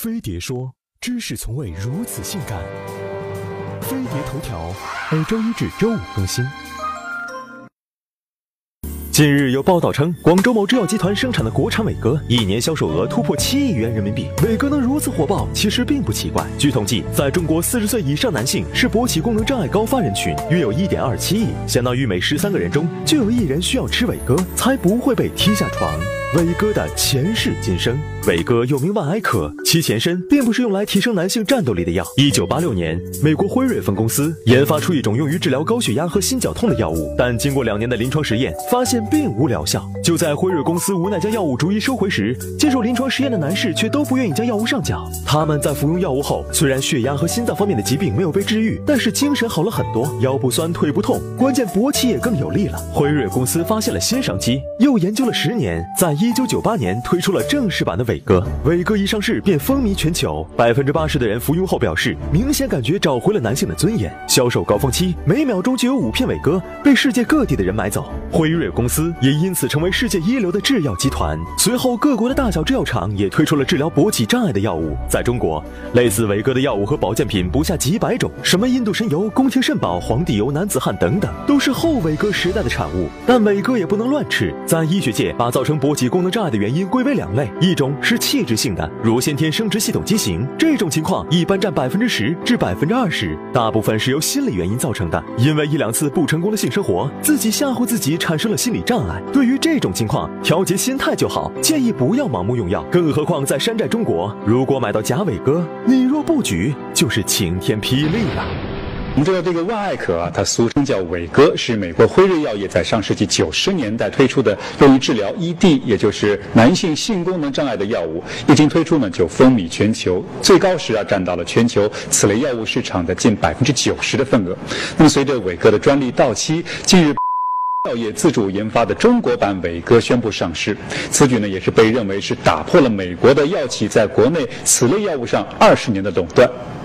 飞碟说：知识从未如此性感。飞碟头条每周一至周五更新。近日有报道称，广州某制药集团生产的国产伟哥一年销售额突破7亿元人民币。伟哥能如此火爆，其实并不奇怪。据统计，在中国40岁以上男性是勃起功能障碍高发人群，约有1.27亿，相当于每13个人中就有1人需要吃伟哥才不会被踢下床。伟哥的前世今生。伟哥又名万艾可，其前身并不是用来提升男性战斗力的药。1986年，美国辉瑞分公司研发出一种用于治疗高血压和心绞痛的药物，但经过2年的临床实验，发现并无疗效。就在辉瑞公司无奈将药物逐一收回时，接受临床实验的男士却都不愿意将药物上缴。他们在服用药物后，虽然血压和心脏方面的疾病没有被治愈，但是精神好了很多，腰不酸腿不痛，关键勃起也更有力了。辉瑞公司发现了新商机，又研究了10年，在1998年推出了正式版的伟哥。伟哥一上市便风靡全球，80%的人服用后表示明显感觉找回了男性的尊严。销售高峰期，每秒钟就有5片伟哥被世界各地的人买走。辉瑞公司也因此成为世界一流的制药集团。随后各国的大小制药厂也推出了治疗勃起障碍的药物。在中国，类似伟哥的药物和保健品不下几百种，什么印度神油、宫廷肾宝、皇帝油、男子汉等等，都是后伟哥时代的产物。但伟哥也不能乱吃，在医学界把造成勃起功能障碍的原因归为2类，一种是器质性的，如先天生殖系统畸形，这种情况一般占10%至20%，大部分是由心理原因造成的，因为1、2次不成功的性生活，自己吓唬自己产生了心理障碍。对于这种情况，调节心态就好，建议不要盲目用药，更何况在山寨中国，如果买到假伟哥，你若不举，就是晴天霹雳了。 我们知道这个万艾可啊，它俗称叫伟哥，是美国辉瑞药业在上世纪90年代推出的用于治疗 ED， 也就是男性性功能障碍的药物。一经推出呢，就风靡全球，最高时啊占到了全球此类药物市场的近90%的份额。那么随着伟哥的专利到期，近日药业自主研发的中国版伟哥宣布上市，此举呢也是被认为是打破了美国的药企在国内此类药物上20年的垄断。